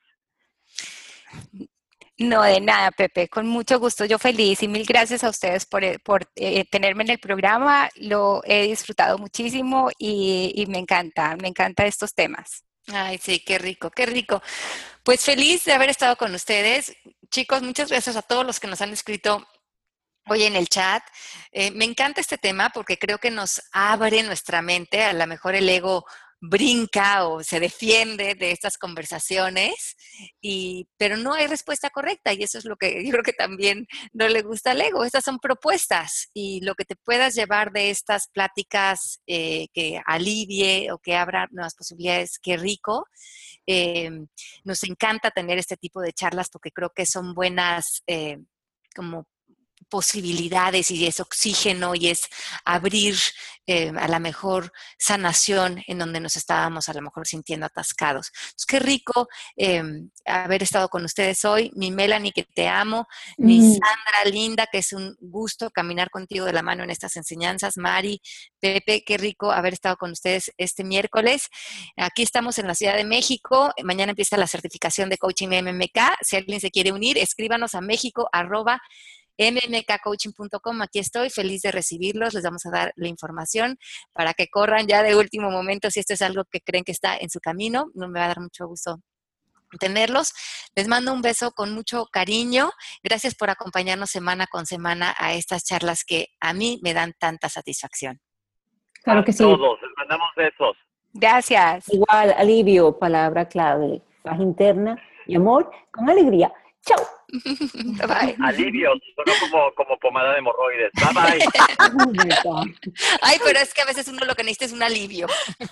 No, de nada, Pepe, con mucho gusto, yo feliz y mil gracias a ustedes por, eh, por eh, tenerme en el programa, lo he disfrutado muchísimo y, y me encanta, me encantan estos temas. Ay, sí, qué rico, qué rico. Pues feliz de haber estado con ustedes. Chicos, muchas gracias a todos los que nos han escrito hoy en el chat. Eh, me encanta este tema porque creo que nos abre nuestra mente. A lo mejor el ego brinca o se defiende de estas conversaciones, y, pero no hay respuesta correcta, y eso es lo que yo creo que también no le gusta al ego. Estas son propuestas, y lo que te puedas llevar de estas pláticas eh, que alivie o que abra nuevas posibilidades, qué rico. Eh, nos encanta tener este tipo de charlas porque creo que son buenas eh, como posibilidades, y es oxígeno y es abrir eh, a la mejor sanación en donde nos estábamos a lo mejor sintiendo atascados. Entonces, qué rico eh, haber estado con ustedes hoy. Mi Melanie, que te amo. Mi Mm. Sandra, linda, que es un gusto caminar contigo de la mano en estas enseñanzas. Mari, Pepe, qué rico haber estado con ustedes este miércoles. Aquí estamos en la Ciudad de México. Mañana empieza la certificación de Coaching M M K. Si alguien se quiere unir, escríbanos a México arroba m m k coaching punto com. Aquí estoy, feliz de recibirlos. Les vamos a dar la información para que corran ya de último momento si esto es algo que creen que está en su camino. No me va a dar mucho gusto tenerlos. Les mando un beso con mucho cariño. Gracias por acompañarnos semana con semana a estas charlas que a mí me dan tanta satisfacción. Claro A que sí. todos, les mandamos besos. Gracias. Igual, alivio, palabra clave, paz interna y amor con alegría. Chao. Bye. Alivios, sonó como, como pomada de hemorroides. Bye bye. Ay, pero es que a veces uno lo que necesita es un alivio.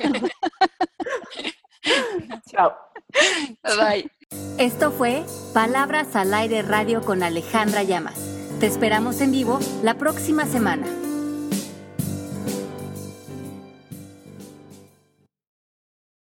Chao. Bye. Esto fue Palabras al Aire Radio con Alejandra Llamas. Te esperamos en vivo la próxima semana.